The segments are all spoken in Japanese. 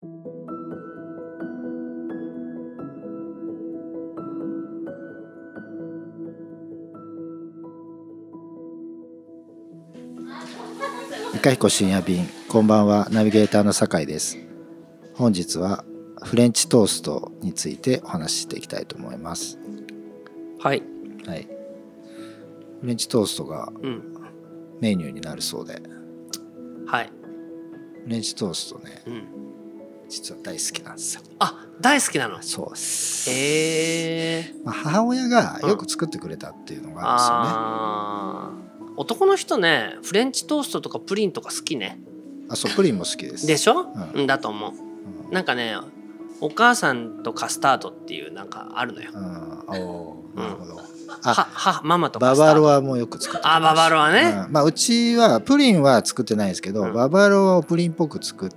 いかひこ深夜便、こんばんは。ナビゲーターの酒井です。本日はフレンチトーストについてお話ししていきたいと思います。 はい、 はい、フレンチトーストがメニューになるそうで、 はい、 フレンチトーストね、実は大好きなんですよ。 あ、大好きなの。 そうです。母親がよく作ってくれたっていうのがあるんですよね。 男の人ね、フレンチトーストとかプリンとか好きね。 そう、プリンも好きです。 でしょ、だと思う、なんかね、お母さんとカスタードっていうなんかあるのよ。 なるほど。 ママとカスタード。 ババロアもよく作ってました。 ババロアね、 うちはプリンは作ってないですけど、ババロアをプリンっぽく作って、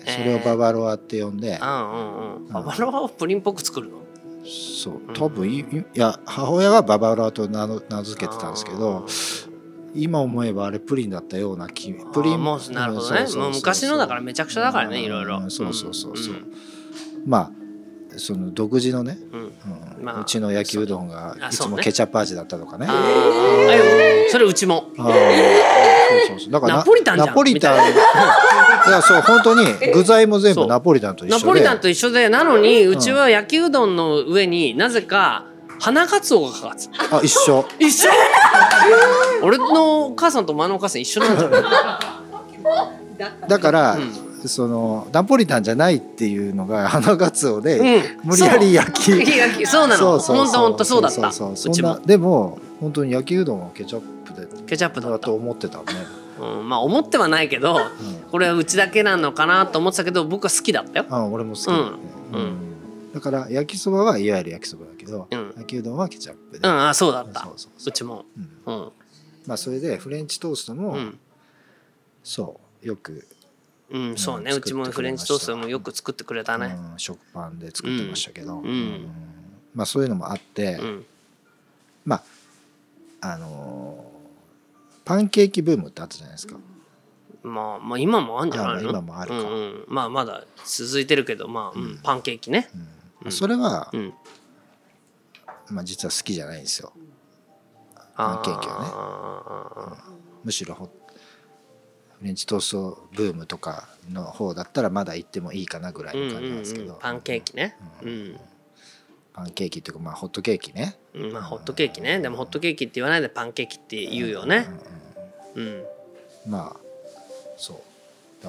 それをババロアって呼んで、 ババロアをプリンっぽく作るの。 そう、多分いや、母親はババロアと名付けてたんですけど、今思えばあれプリンだったような気。プリンもうなるほどね。もう昔のだからめちゃくちゃだからね、いろいろ。 そう。まあその独自のね、うちの焼きうどんがいつもケチャップ味だったとかね。 それうちも。 そうだからナポリタンじゃん。 ナポリタン。いや、そう、本当に具材も全部ナポリタンと一緒で。 ナポリタンと一緒で、なのにうちは焼きうどんの上になぜか花かつおがかかってた。 一緒。 俺のお母さんとお前のお母さん一緒なんじゃない。 だから、そのナポリタンじゃないっていうのが花かつおで、無理やり焼き。 そうなの。本当そうだった。うちも。 でも本当に焼きうどんはケチャップだと思ってたね。 まあ思ってはないけど、これはうちだけなのかなと思ってたけど、僕は好きだったよ。 俺も好きだね。だから焼きそばはいわゆる焼きそばだけど、焼きうどんはケチャップで。 そうだった。うちも。 それでフレンチトーストもそうよく。 そうね。うちもフレンチトーストもよく作ってくれたね。 食パンで作ってましたけど、そういうのもあって、パンケーキブームってあったじゃないですか。 まあ今もあるんじゃないの？ 今もあるか。 まだ続いてるけど、パンケーキね。 それは実は好きじゃないんですよ。パンケーキはね。むしろフレンチトーストブームとかの方だったらまだ行ってもいいかなぐらいの感じなんですけど。 パンケーキね。 パンケーキっていうかホットケーキね。 ホットケーキね。でもホットケーキって言わないでパンケーキって言うよね。 そう。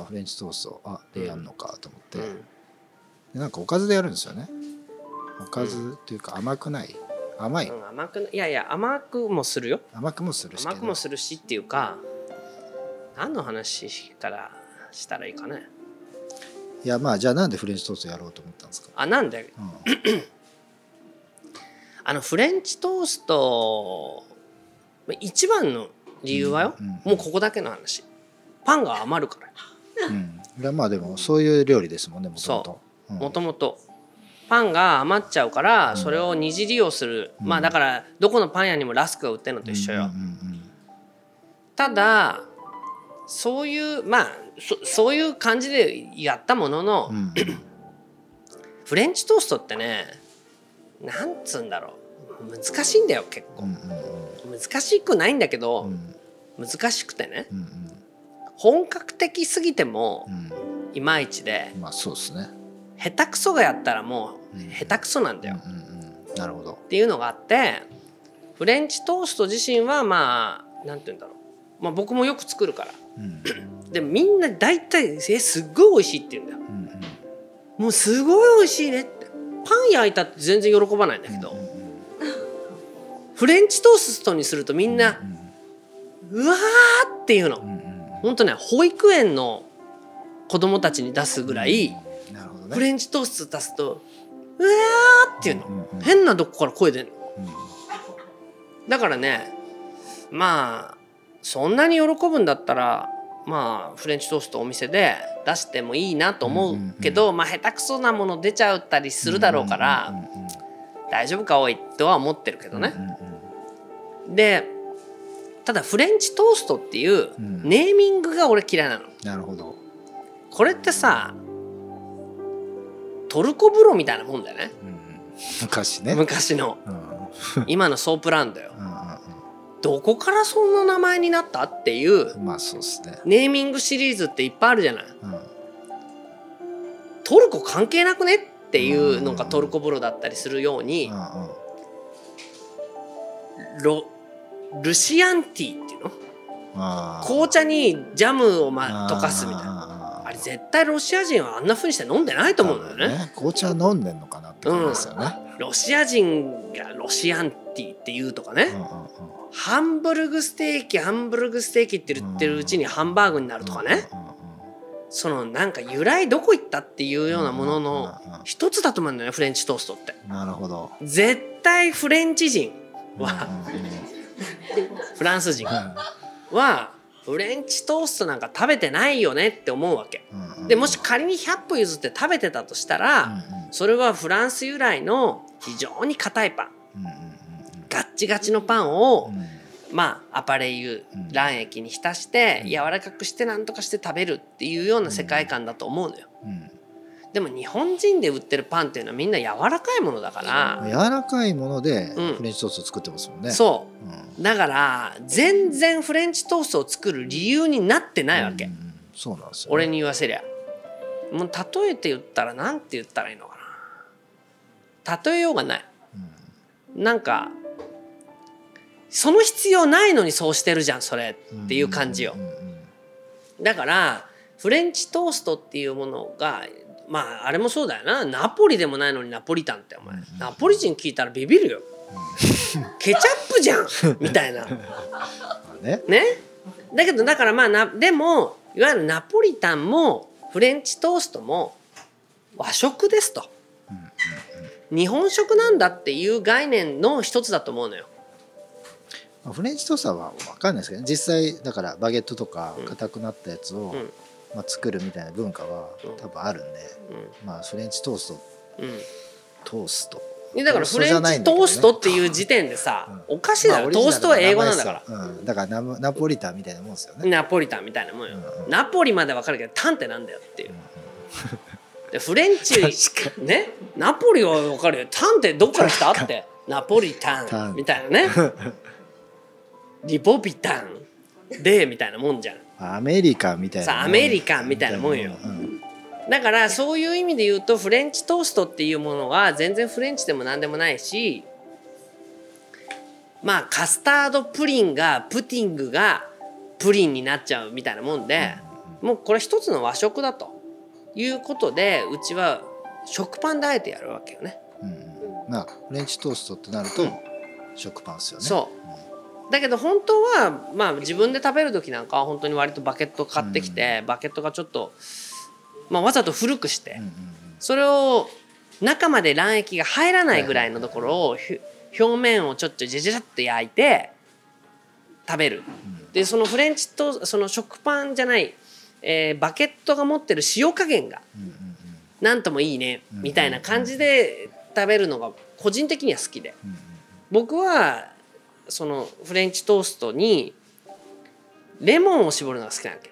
フレンチトーストでやるのかと思って、なんかおかずでやるんですよね。おかずっていうか甘くない？甘い？ いや甘くもするよ。 甘くもするしっていうか、何の話からしたらいいかね。 いや、じゃあなんでフレンチトーストやろうと思ったんですか？ なんで、フレンチトースト一番の理由はよ、もうここだけの話。パンが余るから。 でもそういう料理ですもんね、もともと。パンが余っちゃうから、それを二次利用する。だからどこのパン屋にもラスクが売ってるのと一緒よ。ただそういうそういう感じでやったものの、フレンチトーストってね、なんつうんだろう、難しいんだよ結構。難しくないんだけど、難しくてね、本格的すぎてもいまいちで、 そうですね。 下手くそがやったらもう下手くそなんだよ。 なるほど。 っていうのがあって、フレンチトースト自身はなんて言うんだろう、僕もよく作るから。でみんな大体すっごい美味しいって言うんだよ。もうすごい美味しいねって。パン焼いたって全然喜ばないんだけど、フレンチトーストにするとみんなうわーっていうの。ほんとね、保育園の子供たちに出すぐらい、フレンチトースト出すとうわーっていうの。変なとこから声出るの。だからね、そんなに喜ぶんだったらフレンチトーストお店で出してもいいなと思うけど、下手くそなもの出ちゃったりするだろうから、大丈夫かおいとは思ってるけどね。でただフレンチトーストっていうネーミングが俺嫌いなの。 なるほど。 これってさ、 トルコ風呂みたいなもんだよね、 昔ね、 昔の、今のソープランドよ、どこからそんな名前になったっていう、 まあそうですね、 ネーミングシリーズっていっぱいあるじゃない、トルコ関係なくねっていうのがトルコ風呂だったりするように、ルシアンティーっていうの、紅茶にジャムを溶かすみたいな、あれ絶対ロシア人はあんな風にして飲んでないと思うんだよね。 紅茶飲んでんのかなって感じですよね、 ロシア人がロシアンティーっていうとかね、ハンブルグステーキって言ってるうちにハンバーグになるとかね、そのなんか由来どこ行ったっていうようなものの一つだと思うんだよね、フレンチトーストって。 なるほど。 絶対フレンチ人は、フランス人はフレンチトーストなんか食べてないよねって思うわけ、でもし仮に100歩譲って食べてたとしたら、それはフランス由来の非常に硬いパン、ガッチガチのパンを、まあアパレイユ卵液に浸して柔らかくして何とかして食べるっていうような世界観だと思うのよ、でも日本人で売ってるパンっていうのはみんな柔らかいものだから、 柔らかいものでフレンチトースト作ってますもんね、 そう、だから全然フレンチトーストを作る理由になってないわけ、 そうなんですよ、 俺に言わせりゃ。もう例えて言ったらなんて言ったらいいのかな、例えようがない、なんかその必要ないのにそうしてるじゃんそれっていう感じよ。だからフレンチトーストっていうものが、まああれもそうだよな、ナポリでもないのにナポリタンってお前、ナポリ人聞いたらビビるよ、ケチャップじゃんみたいなね。だけどだからまあでもいわゆるナポリタンもフレンチトーストも和食ですと、日本食なんだっていう概念の一つだと思うのよ。 フレンチトーストは分かんないですけど、実際だからバゲットとか硬くなったやつを、作るみたいな文化は多分あるんで、まあフレンチトースト、トーストだからフレンチトーストっていう時点でさ、おかしいだろ、トーストは英語なんだから、 だからナポリタンみたいなもんですよね。 ナポリタンみたいなもんよ、ナポリまで分かるけどタンってなんだよっていう、でフレンチね、ナポリは分かるよ、タンってどっから来たってナポリタンみたいなねリポビタンでみたいなもんじゃん、 アメリカンみたいな、 さあアメリカンみたいなもんよ、だからそういう意味で言うとフレンチトーストっていうものは全然フレンチでも何でもないし、まあカスタードプリンがプティングがプリンになっちゃうみたいなもんで、もうこれ一つの和食だということでうちは食パンであえてやるわけよね、 まあフレンチトーストってなると食パンですよね、 そうだけど本当はまあ自分で食べる時なんかは本当に割とバケット買ってきて、バケットがちょっと、まあ、わざと古くして、それを中まで卵液が入らないぐらいのところを表面をちょっとジャジャって焼いて食べる、でそのフレンチとその食パンじゃない、バケットが持ってる塩加減がなんともいいねみたいな感じで食べるのが個人的には好きで、僕はそのフレンチトーストにレモンを絞るのが好きなわけ。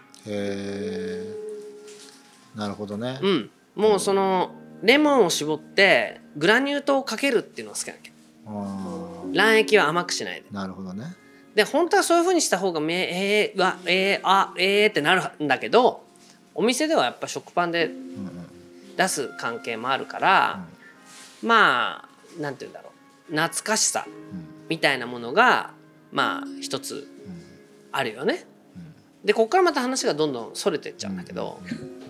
なるほどね。 もうそのレモンを絞ってグラニュー糖をかけるっていうのが好きなわけ。卵液は甘くしないで。 なるほどね。 で本当はそういう風にした方がってなるんだけど、お店ではやっぱ食パンで出す関係もあるから、まあなんていうんだろう、懐かしさみたいなものがまあ一つあるよね。でここからまた話がどんどんそれてっちゃうんだけど、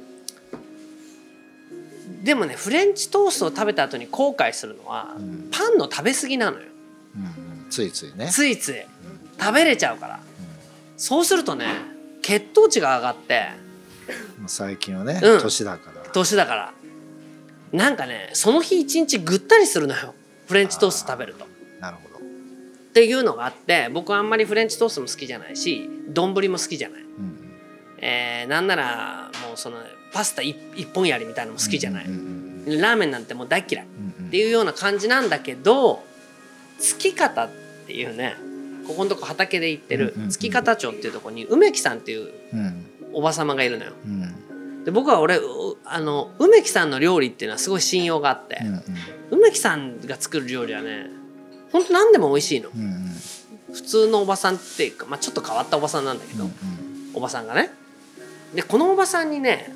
でもねフレンチトーストを食べた後に後悔するのは、パンの食べ過ぎなのよ、 ついついね、 ついつい食べれちゃうから、そうするとね血糖値が上がって、 最近はね、年だからなんかねその日一日ぐったりするのよ、フレンチトースト食べると。 なるほど。 っていうのがあって、僕はあんまりフレンチトーストも好きじゃないし丼も好きじゃない、なんならもうそのパスタ一本やりみたいなのも好きじゃない、ラーメンなんてもう大嫌いっていうような感じなんだけど、つき方っていうね、ここのとこ畑で行ってるつき方町っていうところに梅木さんっていうおば様がいるのよ、でで僕は梅木さんの料理っていうのはすごい信用があって、梅木さんが作る料理はねほんと何でも美味しいの、普通のおばさんっていうか、まあ、ちょっと変わったおばさんなんだけど、おばさんがね、でこのおばさんにね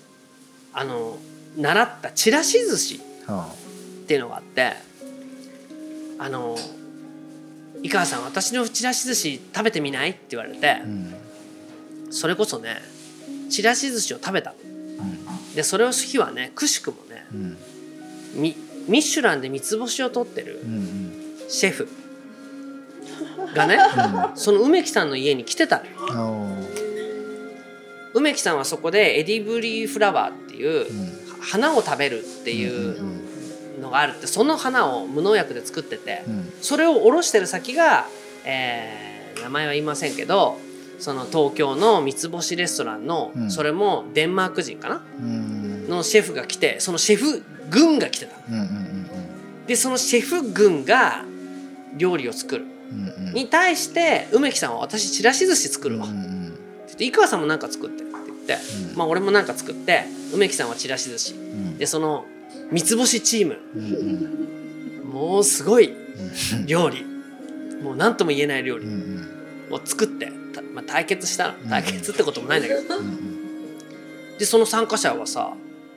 習ったちらし寿司っていうのがあって、井川さん私のちらし寿司食べてみないって言われて、それこそねちらし寿司を食べた、でそれを日はねくしくもね、ミシュランで三つ星を取ってるシェフがね、その梅木さんの家に来てたのよ。梅木さんはそこでエディブリーフラワーっていう、花を食べるっていうのがあるって、その花を無農薬で作ってて、それを卸してる先が、名前は言いませんけどその東京の三つ星レストランの、それもデンマーク人かな、のシェフが来て、そのシェフ軍が来てた、でそのシェフ軍が料理を作る、に対して梅木さんは私ちらし寿司作るわ、井川さんもなんか作ってって言って、まあ俺もなんか作って梅木さんはちらし寿司、でその三つ星チーム、もうすごい料理、もう何とも言えない料理を作って、まあ、対決したの、対決ってこともないんだけど、でその参加者はさ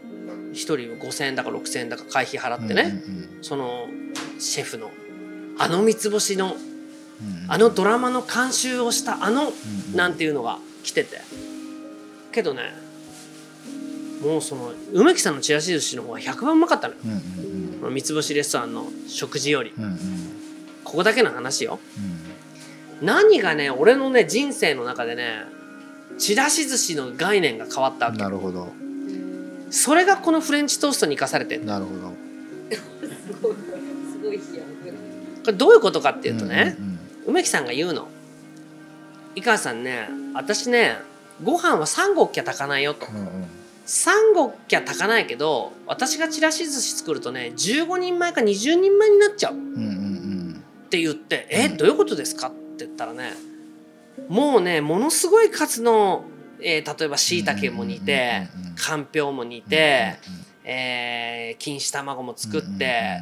1人5,000円だか6,000円だか会費払ってね、そのシェフの三つ星のドラマの監修をしたなんていうのが来てて、けどねもうその梅木さんのちらし寿司の方が100番うまかったのよ、三つ星レストランの食事より、ここだけの話よ、何がね俺のね人生の中でねちらし寿司の概念が変わったわけ。 なるほど。 それがこのフレンチトーストに生かされてる。 なるほど。 すごい飛躍。これどういうことかっていうとね、梅木さんが言うの、井川さんね私ねご飯は3合きゃ炊かないよと、3合きゃ炊かないけど私がちらし寿司作るとね15人前か20人前になっちゃう、って言って、どういうことですかって言ったらね、もうねものすごい数の、例えば椎茸も煮て、かんぴょうも煮て、錦糸卵も作って、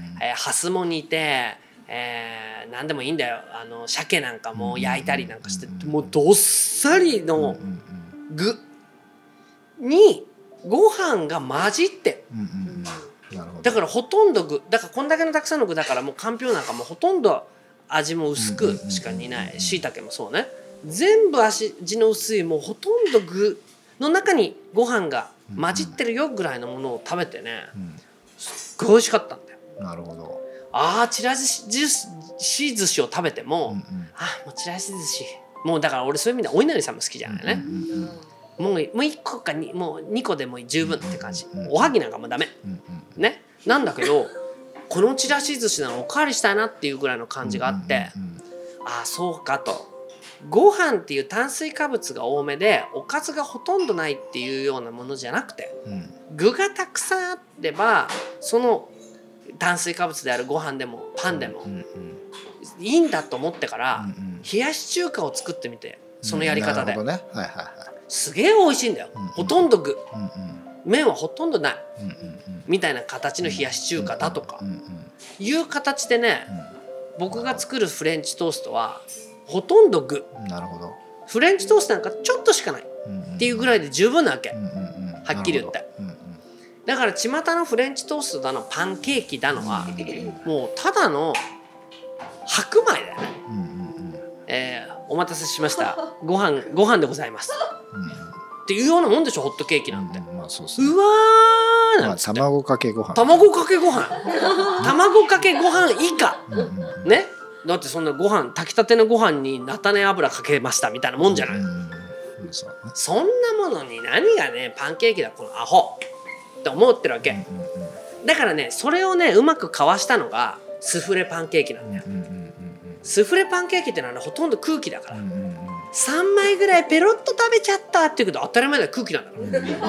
ハスも煮て、何でもいいんだよ、鮭なんかも焼いたりなんかして、もうどっさりの具にご飯が混じってる、だからほとんど具だから、こんだけのたくさんの具だから、もうかんぴょうなんかもほとんど味も薄くしか煮ない、椎茸もそうね、全部味の薄い、もうほとんど具の中にご飯が混じってるよぐらいのものを食べてね、すっごい美味しかったんだよ。 なるほど。 ちらし寿司を食べても、もうちらし寿司、もうだから俺そういう意味でお稲荷さんも好きじゃないね、もう1個かもう2個でも十分って感じ、おはぎなんかもダメ、ね、なんだけどこのちらし寿司なのおかわりしたいなっていうぐらいの感じがあって、そうかと、ご飯っていう炭水化物が多めでおかずがほとんどないっていうようなものじゃなくて、具がたくさんあればその炭水化物であるご飯でもパンでもいいんだと思ってから、冷やし中華を作ってみて、そのやり方で、すげえ美味しいんだよ、ほとんど具、麺はほとんどない、みたいな形の冷やし中華だとかいう形でね、僕が作るフレンチトーストはほとんど具、 なるほど、 フレンチトーストなんかちょっとしかないっていうぐらいで十分なわけ、はっきり言って。だから巷のフレンチトーストだのパンケーキだのはもうただの白米だよね、お待たせしましたご飯でございます、っていうようなもんでしょ、ホットケーキなんて、うわーなんつって、 卵かけご飯卵かけご飯以下、ね、だってそんなご飯炊きたてのご飯に菜種油かけましたみたいなもんじゃない、そんなものに何がねパンケーキだこのアホって思ってるわけ、だからねそれをねうまくかわしたのがスフレパンケーキなんだよ、スフレパンケーキってのは、ね、ほとんど空気だから、3枚ぐらいペロッと食べちゃったっていうけど当たり前だよ、空気なんだから、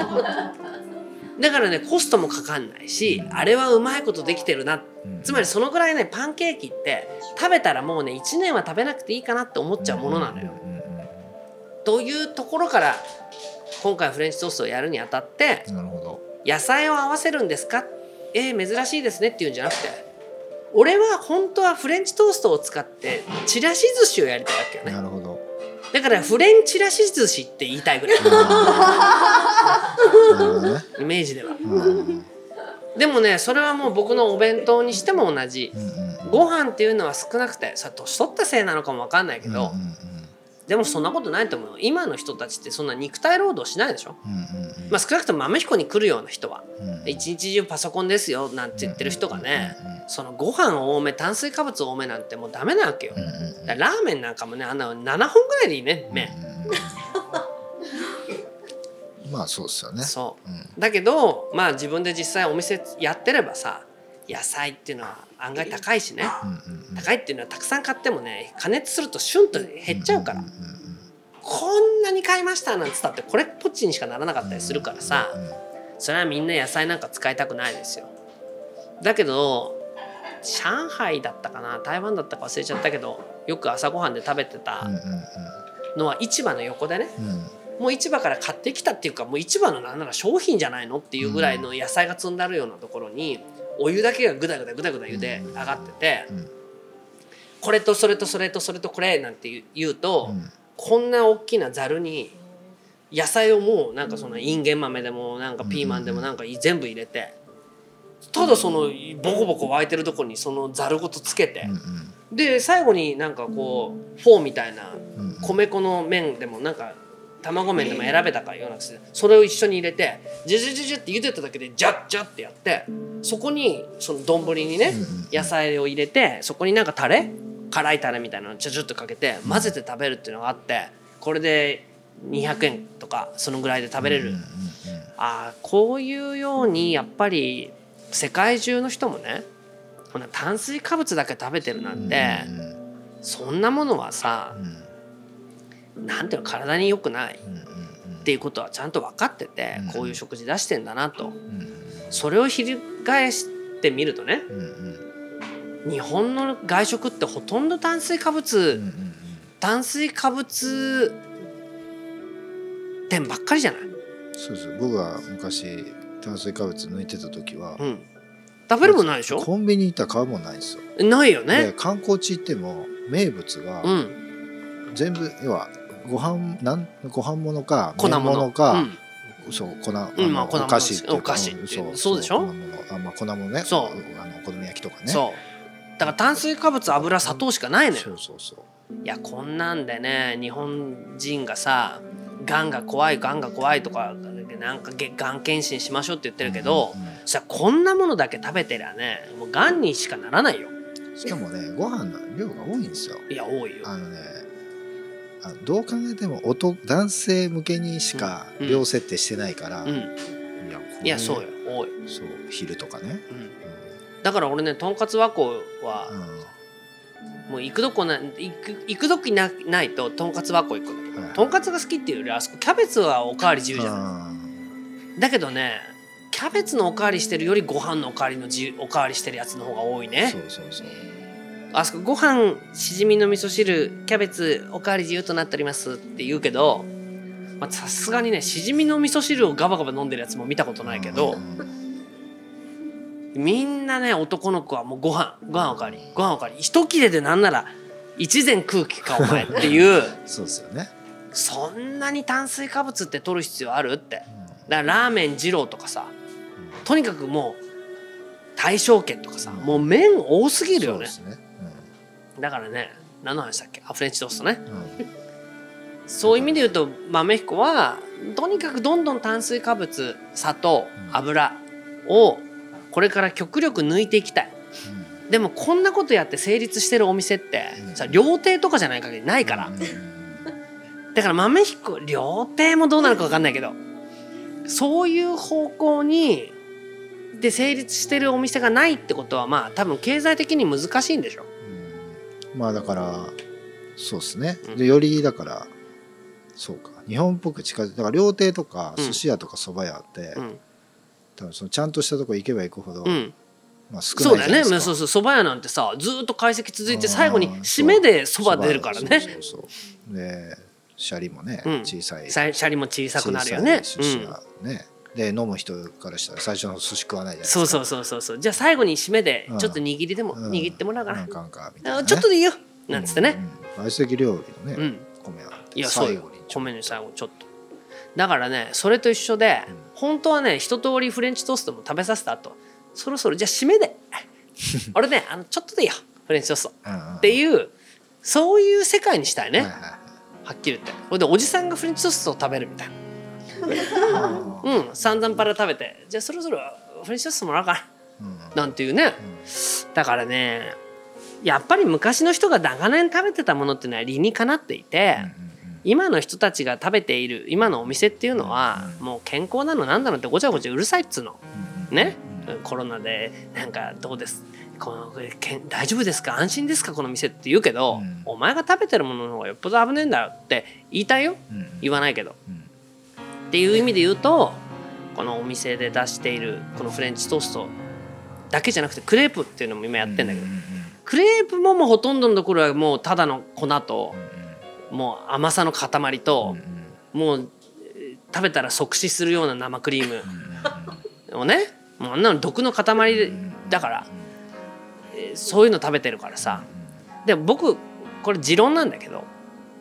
だからねコストもかかんないし、あれはうまいことできてるな、つまりそのぐらいねパンケーキって食べたらもうね1年は食べなくていいかなって思っちゃうものなのよ、というところから今回フレンチトーストをやるにあたってなるほど。 野菜を合わせるんですか、珍しいですねっていうんじゃなくて、俺は本当はフレンチトーストを使ってちらし寿司をやりたいわけよね。 なるほど。 だからフレンチらし寿司って言いたいぐらいイメージでは。でもねそれはもう僕のお弁当にしても同じ、ご飯っていうのは少なくて、それ年取ったせいなのかも分かんないけど、でもそんなことないと思う。今の人たちってそんな肉体労働しないでしょ。まあ少なくとも豆彦に来るような人は一日中パソコンですよなんて言ってる人がね、そのご飯多め炭水化物多めなんてもうダメなわけよ。だからラーメンなんかもねあんな7本ぐらいでいいね麺。 まあそうですよね。 そう、だけどまあ自分で実際お店やってればさ、野菜っていうのは案外高いしね、高いっていうのはたくさん買ってもね加熱するとシュンと減っちゃうから、こんなに買いましたなんつったってこれっぽっちにしかならなかったりするからさ、それはみんな野菜なんか使いたくないですよ。だけど上海だったかな台湾だったか忘れちゃったけど、よく朝ごはんで食べてたのは市場の横でね、もう市場から買ってきたっていうか、もう市場のなんなら商品じゃないのっていうぐらいの野菜が積んであるようなところにお湯だけがグダグダグダグダ茹で上がってて、これとそれとそれとそれとこれなんて言うと、こんな大きなざるに野菜をもうなんかそのインゲン豆でもなんかピーマンでもなんか全部入れて、ただそのボコボコ沸いてるところにそのざるごとつけて、で最後になんかこうフォーみたいな米粉の麺でもなんか卵麺でも選べたかようなくて、それを一緒に入れてジュジュジュジュって茹でただけでジャッジャッってやって、そこにその丼にね野菜を入れて、そこになんかタレ辛いタレみたいなのをちょちょっとかけて混ぜて食べるっていうのがあって、これで200円とかそのぐらいで食べれる。こういうようにやっぱり世界中の人もね、こんな炭水化物だけ食べてるなんて、そんなものはさ、なんていうの体に良くないっていうことはちゃんと分かってて、こういう食事出してんだなと、それを翻してみるとね、日本の外食ってほとんど炭水化物店ばっかりじゃない。 そうです。僕は昔炭水化物抜いてた時は、 食べるもんないでしょ。 コンビニ行ったら買うもんないんですよ。 ないよね。 で観光地行っても名物が全部、要はご飯物か麺物か、そう粉、お菓子っていうか、 そうでしょ。 粉物ね、そうお好み焼きとかね。 そうだから炭水化物油砂糖しかないのよ。 そういやこんなんでね、日本人がさがんが怖いとかなんかがん検診しましょうって言ってるけど、さこんなものだけ食べてりゃね、もうがんにしかならないよ。 しかもねご飯の量が多いんですよ。 いや多いよ。 どう考えても男性向けにしか量設定してないから、 いやそうよ多い。 そう昼とかね、 だから俺ねとんかつ和光は、もう行くどこないととんかつ和光行くんだけど、とんかつが好きっていうよりあそこキャベツはおかわり自由じゃない。だけどねキャベツのおかわりしてるよりご飯のおかわりしてるやつの方が多いね。あそこご飯しじみの味噌汁キャベツおかわり自由となっておりますって言うけど、さすがにねしじみの味噌汁をガバガバ飲んでるやつも見たことないけど、みんなね男の子はもうご飯おかわり一切れでなんなら一膳空気かお前っていうそうですよね。 そんなに炭水化物って取る必要あるって。だからラーメン二郎とかさ、とにかくもう大正軒とかさ、もう麺多すぎるよね。だからね何の話だっけ、フレンチトーストね、そういう意味で言うと豆彦はとにかくどんどん炭水化物砂糖油をこれから極力抜いていきたい。でもこんなことやって成立してるお店ってさ料亭とかじゃない限りないから、だから豆彦料亭もどうなるか分かんないけど、そういう方向にで成立してるお店がないってことは多分経済的に難しいんでしょ。 だからそうですね。でよりだからそうか日本っぽく近づいて、だから料亭とか寿司屋とか蕎麦屋って、多分そのちゃんとしたとこ行けば行くほど、少ないじゃないですか。 そうだよね。そう蕎麦屋なんてさずっと懐石続いて最後に締めで蕎麦出るからね。 でシャリもね、小さいシャリも小さくなるよね。 寿司はね、で飲む人からしたら最初の寿司食わないじゃないですか。 そうじゃあ最後に締めでちょっと握りでも握ってもらうかな、 みたいなね、 ちょっとでいいよなんつってね、 相席料理のね、米は最後に米に最後ちょっとだからね、それと一緒で、本当はね一通りフレンチトーストも食べさせた後、そろそろじゃあ締めで俺ねちょっとでいいよフレンチトーストっていう、そういう世界にしたいね、はっきり言って。これでおじさんがフレンチトーストを食べるみたいな散々パラ食べて、じゃあそろそろフレンチトーストもらおうかな、なんていうね、だからね、やっぱり昔の人が長年食べてたものっていうのは理にかなっていて、今の人たちが食べている今のお店っていうのはもう健康なのなんだのってごちゃごちゃうるさいっつうのね。コロナでなんかどうです大丈夫ですか安心ですかこの店って言うけど、お前が食べてるものの方がよっぽど危ねえんだよって言いたいよ、言わないけど、っていう意味で言うと、このお店で出しているこのフレンチトーストだけじゃなくてクレープっていうのも今やってんだけど、クレープもほとんどのところはもうただの粉ともう甘さの塊ともう食べたら即死するような生クリームをね、もうあんなの毒の塊だから、そういうの食べてるからさ。で僕これ持論なんだけど、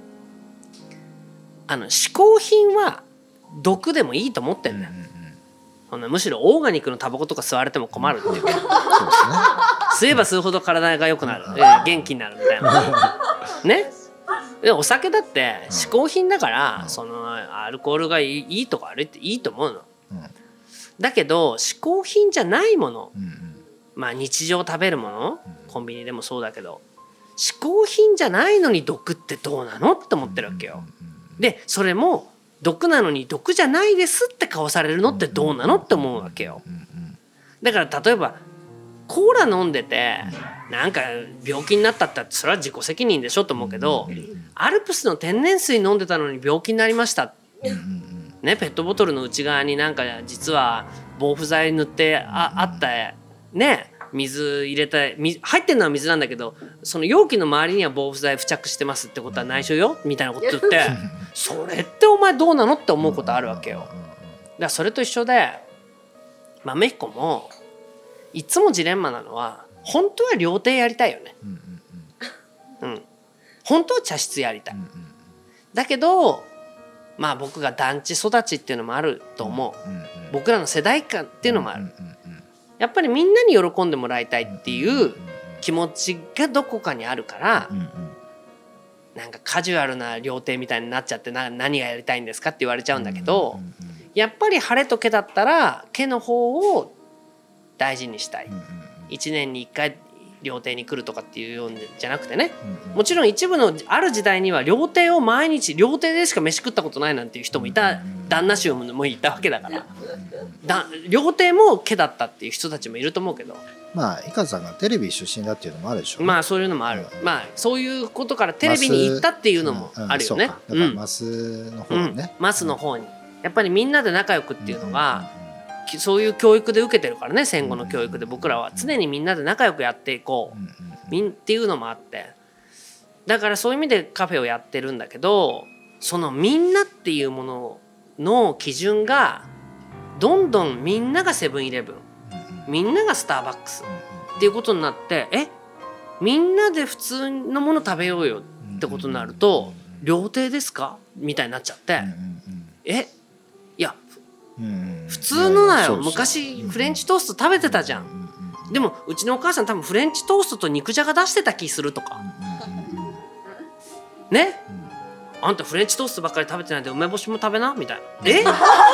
嗜好品は毒でもいいと思ってんだよ、むしろオーガニックのタバコとか吸われても困るっていうか吸えば吸うほど体が良くなる、元気になるみたいなね。でお酒だって嗜好品だから、そのアルコールがいいとか悪いっていいと思うの、だけど嗜好品じゃないもの、まあ日常食べるもの、コンビニでもそうだけど嗜好品じゃないのに毒ってどうなのって思ってるわけよ。でそれも毒なのに毒じゃないですって顔されるのってどうなのって思うわけよ。だから例えばコーラ飲んでてなんか病気になったってそれは自己責任でしょと思うけど、アルプスの天然水飲んでたのに病気になりましたね、ペットボトルの内側になんか実は防腐剤塗ってあったね、水入れた入ってるのは水なんだけど、その容器の周りには防腐剤付着してますってことは内緒よみたいなこと言ってそれってお前どうなのって思うことあるわけよ。だからそれと一緒で豆彦もいつもジレンマなのは、本当は料亭やりたいよね、本当は茶室やりたい、だけどまあ僕が団地育ちっていうのもあると思う、僕らの世代間っていうのもある、やっぱりみんなに喜んでもらいたいっていう気持ちがどこかにあるから、なんかカジュアルな料亭みたいになっちゃって何がやりたいんですかって言われちゃうんだけど、やっぱり晴れと毛だったら毛の方を大事にしたい、1年に1回料亭に来るとかっていうようじゃなくてね、もちろん一部のある時代には料亭を毎日料亭でしか飯食ったことないなんていう人もいた、旦那衆もいたわけだから料亭も毛だったっていう人たちもいると思うけど、 まあ井川さんがテレビ出身だっていうのもあるでしょう、 まあそういうのもある、まあそういうことからテレビに行ったっていうのもあるよね。 だからマスの方にね、 マスの方にやっぱりみんなで仲良くっていうのが、そういう教育で受けてるからね、戦後の教育で僕らは常にみんなで仲良くやっていこうっていうのもあって、だからそういう意味でカフェをやってるんだけど、そのみんなっていうものの基準がどんどんみんながセブンイレブン、みんながスターバックスっていうことになって、みんなで普通のもの食べようよってことになると、料亭ですかみたいになっちゃって、いや普通のだよ、昔フレンチトースト食べてたじゃん、でもうちのお母さん多分フレンチトーストと肉じゃが出してた気するとかね、あんたフレンチトーストばっかり食べてないで梅干しも食べなみたいな、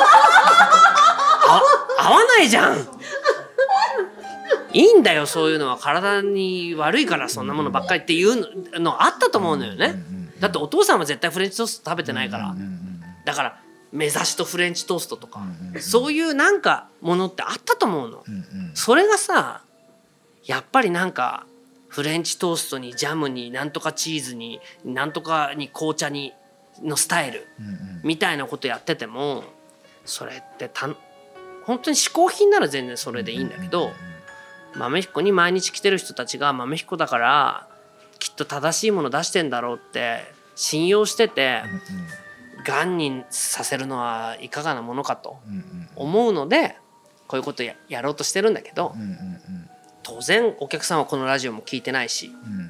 合わないじゃん。いいんだよそういうのは、体に悪いからそんなものばっかりっていうのあったと思うのよね。だってお父さんは絶対フレンチトースト食べてないから、だから目指しとフレンチトーストとか、そういうなんかものってあったと思うの、それがさ、やっぱりなんかフレンチトーストにジャムになんとかチーズになんとかに紅茶にのスタイルみたいなことやってても、それって本当に嗜好品なら全然それでいいんだけど、豆彦に毎日来てる人たちが豆彦だからきっと正しいもの出してんだろうって信用しててがんにさせるのはいかがなものかと思うのでこういうことやろうとしてるんだけど、当然お客さんはこのラジオも聞いてないし、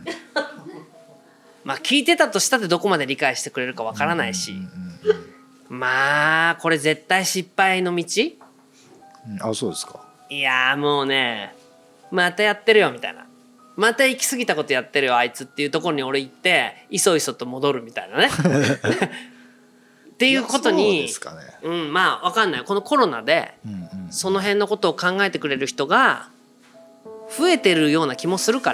まあ聞いてたとしたってどこまで理解してくれるかわからないし、まあこれ絶対失敗の道。 あ、そうですか。 いやもうね、またやってるよみたいな、また行き過ぎたことやってるよあいつっていうところに俺行っていそいそと戻るみたいなねっていうことに、まあ分かんない。このコロナでその辺のことを考えてくれる人が増えてるような気もするから、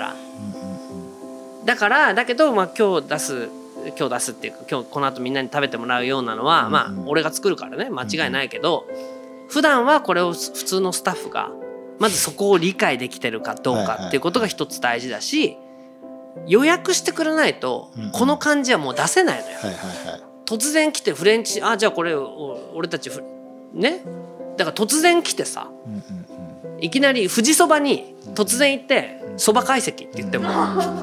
だけど、まあ、今日出すっていうか今日この後みんなに食べてもらうようなのは、まあ俺が作るからね間違いないけど、普段はこれを普通のスタッフがまずそこを理解できてるかどうかっていうことが一つ大事だし、予約してくれないとこの感じはもう出せないのよ。突然来てフレンチ、じゃあこれ俺たちね、だから突然来てさ、いきなり富士そばに突然行ってそば懐石って言っても、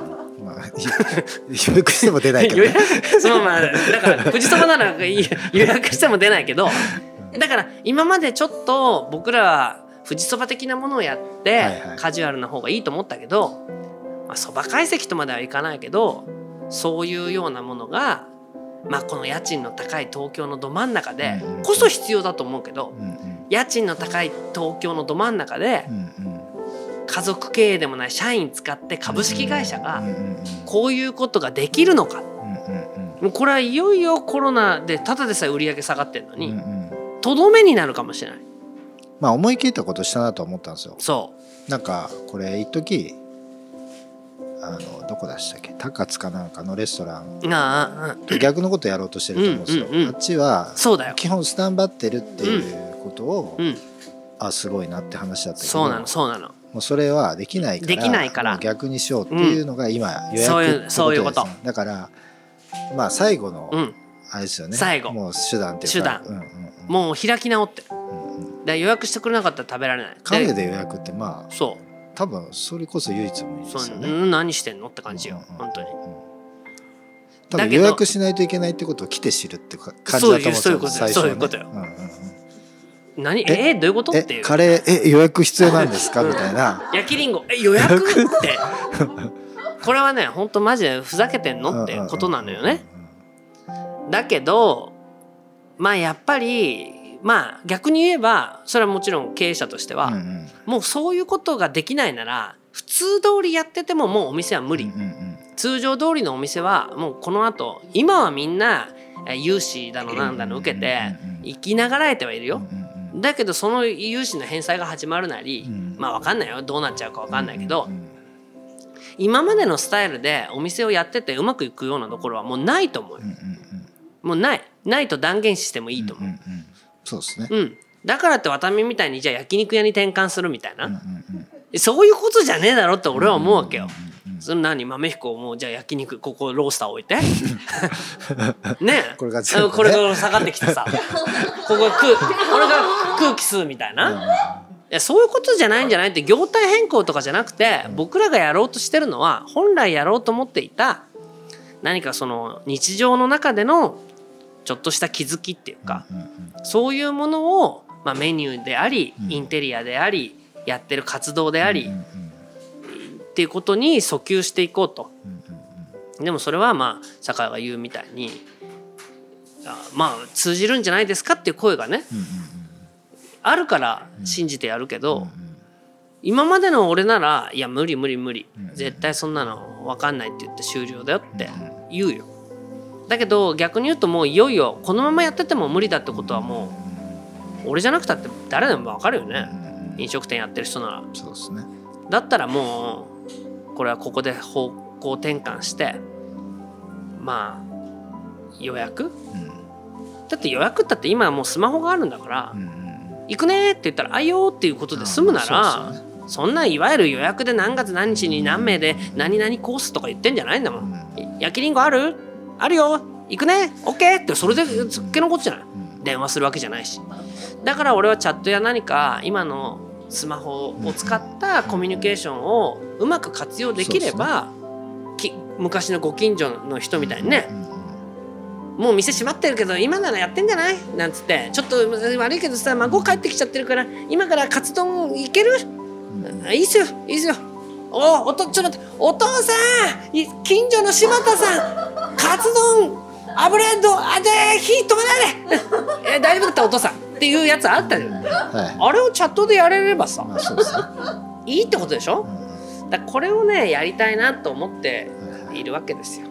予約しても出ないけど、ね、 だから富士そばなら予約しても出ないけど、だから今までちょっと僕らは富士そば的なものをやってカジュアルな方がいいと思ったけど、そば懐石とまではいかないけどそういうようなものが、まあ、この家賃の高い東京のど真ん中でこそ必要だと思うけど、家賃の高い東京のど真ん中で家族経営でもない社員使って株式会社がこういうことができるのか、もうこれはいよいよコロナでただでさえ売り上げ下がってるのにとどめになるかもしれない。 まあ思い切ったことしたなと思ったんですよ。 そうなんかこれ一時どこでしたっけ、高津かなんかのレストランと逆のことやろうとしてると思うんですよ。あっちは基本スタンバってるっていうことを、すごいなって話だったけど、 そうなのもうそれはできないから逆にしようっていうのが今予約ってことですね。だからまあ最後のあれですよね、もう手段っていうかもう開き直ってる。だ予約してくれなかったら食べられない。 カフェで予約ってまあ多分それこそ唯一無二ですよね。 何してんのって感じよ、本当に。 多分予約しないといけないってことを来て知るって感じだと思うんですよ。 そういうことよ。何どういうことっていう。 カレー予約必要なんですかみたいな。 焼きリンゴ予約ってこれはね本当マジでふざけてんのってことなのよね。だけどまあやっぱりまあ逆に言えばそれはもちろん経営者としては、もうそういうことができないなら普通通りやっててももうお店は無理、通常通りのお店はもうこの後今はみんな融資だのなんだの受けて生きながらえてはいるよ。だけどその融資の返済が始まるなり、まあ分かんないよ、どうなっちゃうか分かんないけど、今までのスタイルでお店をやっててうまくいくようなところはもうないと思うよ。もうないと断言してもいいと思う。 そうですね。 だからってワタミみたいにじゃあ焼肉屋に転換するみたいな、そういうことじゃねえだろって俺は思うわけよ。その何豆彦もうじゃあ焼肉ここロースター置いてねえこれが下がってきてさここ俺が空気吸うみたいな、いやそういうことじゃないんじゃないって、業態変更とかじゃなくて僕らがやろうとしてるのは本来やろうと思っていた何かその日常の中でのちょっとした気づきっていうか、そういうものを、まあ、メニューでありインテリアでありやってる活動でありっていうことに訴求していこうと。でもそれはまあ酒井が言うみたいにまあ通じるんじゃないですかっていう声がねあるから信じてやるけど、今までの俺ならいや無理絶対そんなの分かんないって言って終了だよって言うよ。だけど逆に言うともういよいよこのままやってても無理だってことはもう俺じゃなくたって誰でも分かるよね、飲食店やってる人なら。 そうですね。 だったらもうこれはここで方向転換してまあ予約、だって予約だって今はもうスマホがあるんだから、行くねって言ったらあいよっていうことで済むなら、そんないわゆる予約で何月何日に何名で何々コースとか言ってんじゃないんだもん。焼きリンゴあるよ行くね OK ってそれでつっけのことじゃない、電話するわけじゃないし。だから俺はチャットや何か今のスマホを使ったコミュニケーションをうまく活用できれば、昔のご近所の人みたいにね、 もう店閉まってるけど今ならやってんじゃないなんつって、ちょっと悪いけどさ孫帰ってきちゃってるから今からカツ丼いける、いいっすよいいっすよ、ちょっと待って、お父さん近所の柴田さんカツ丼油で火止めないで大丈夫だったお父さんっていうやつあったじゃん、はい、あれをチャットでやれればさ、そうですね、いいってことでしょ、だからこれをねやりたいなと思っているわけですよ。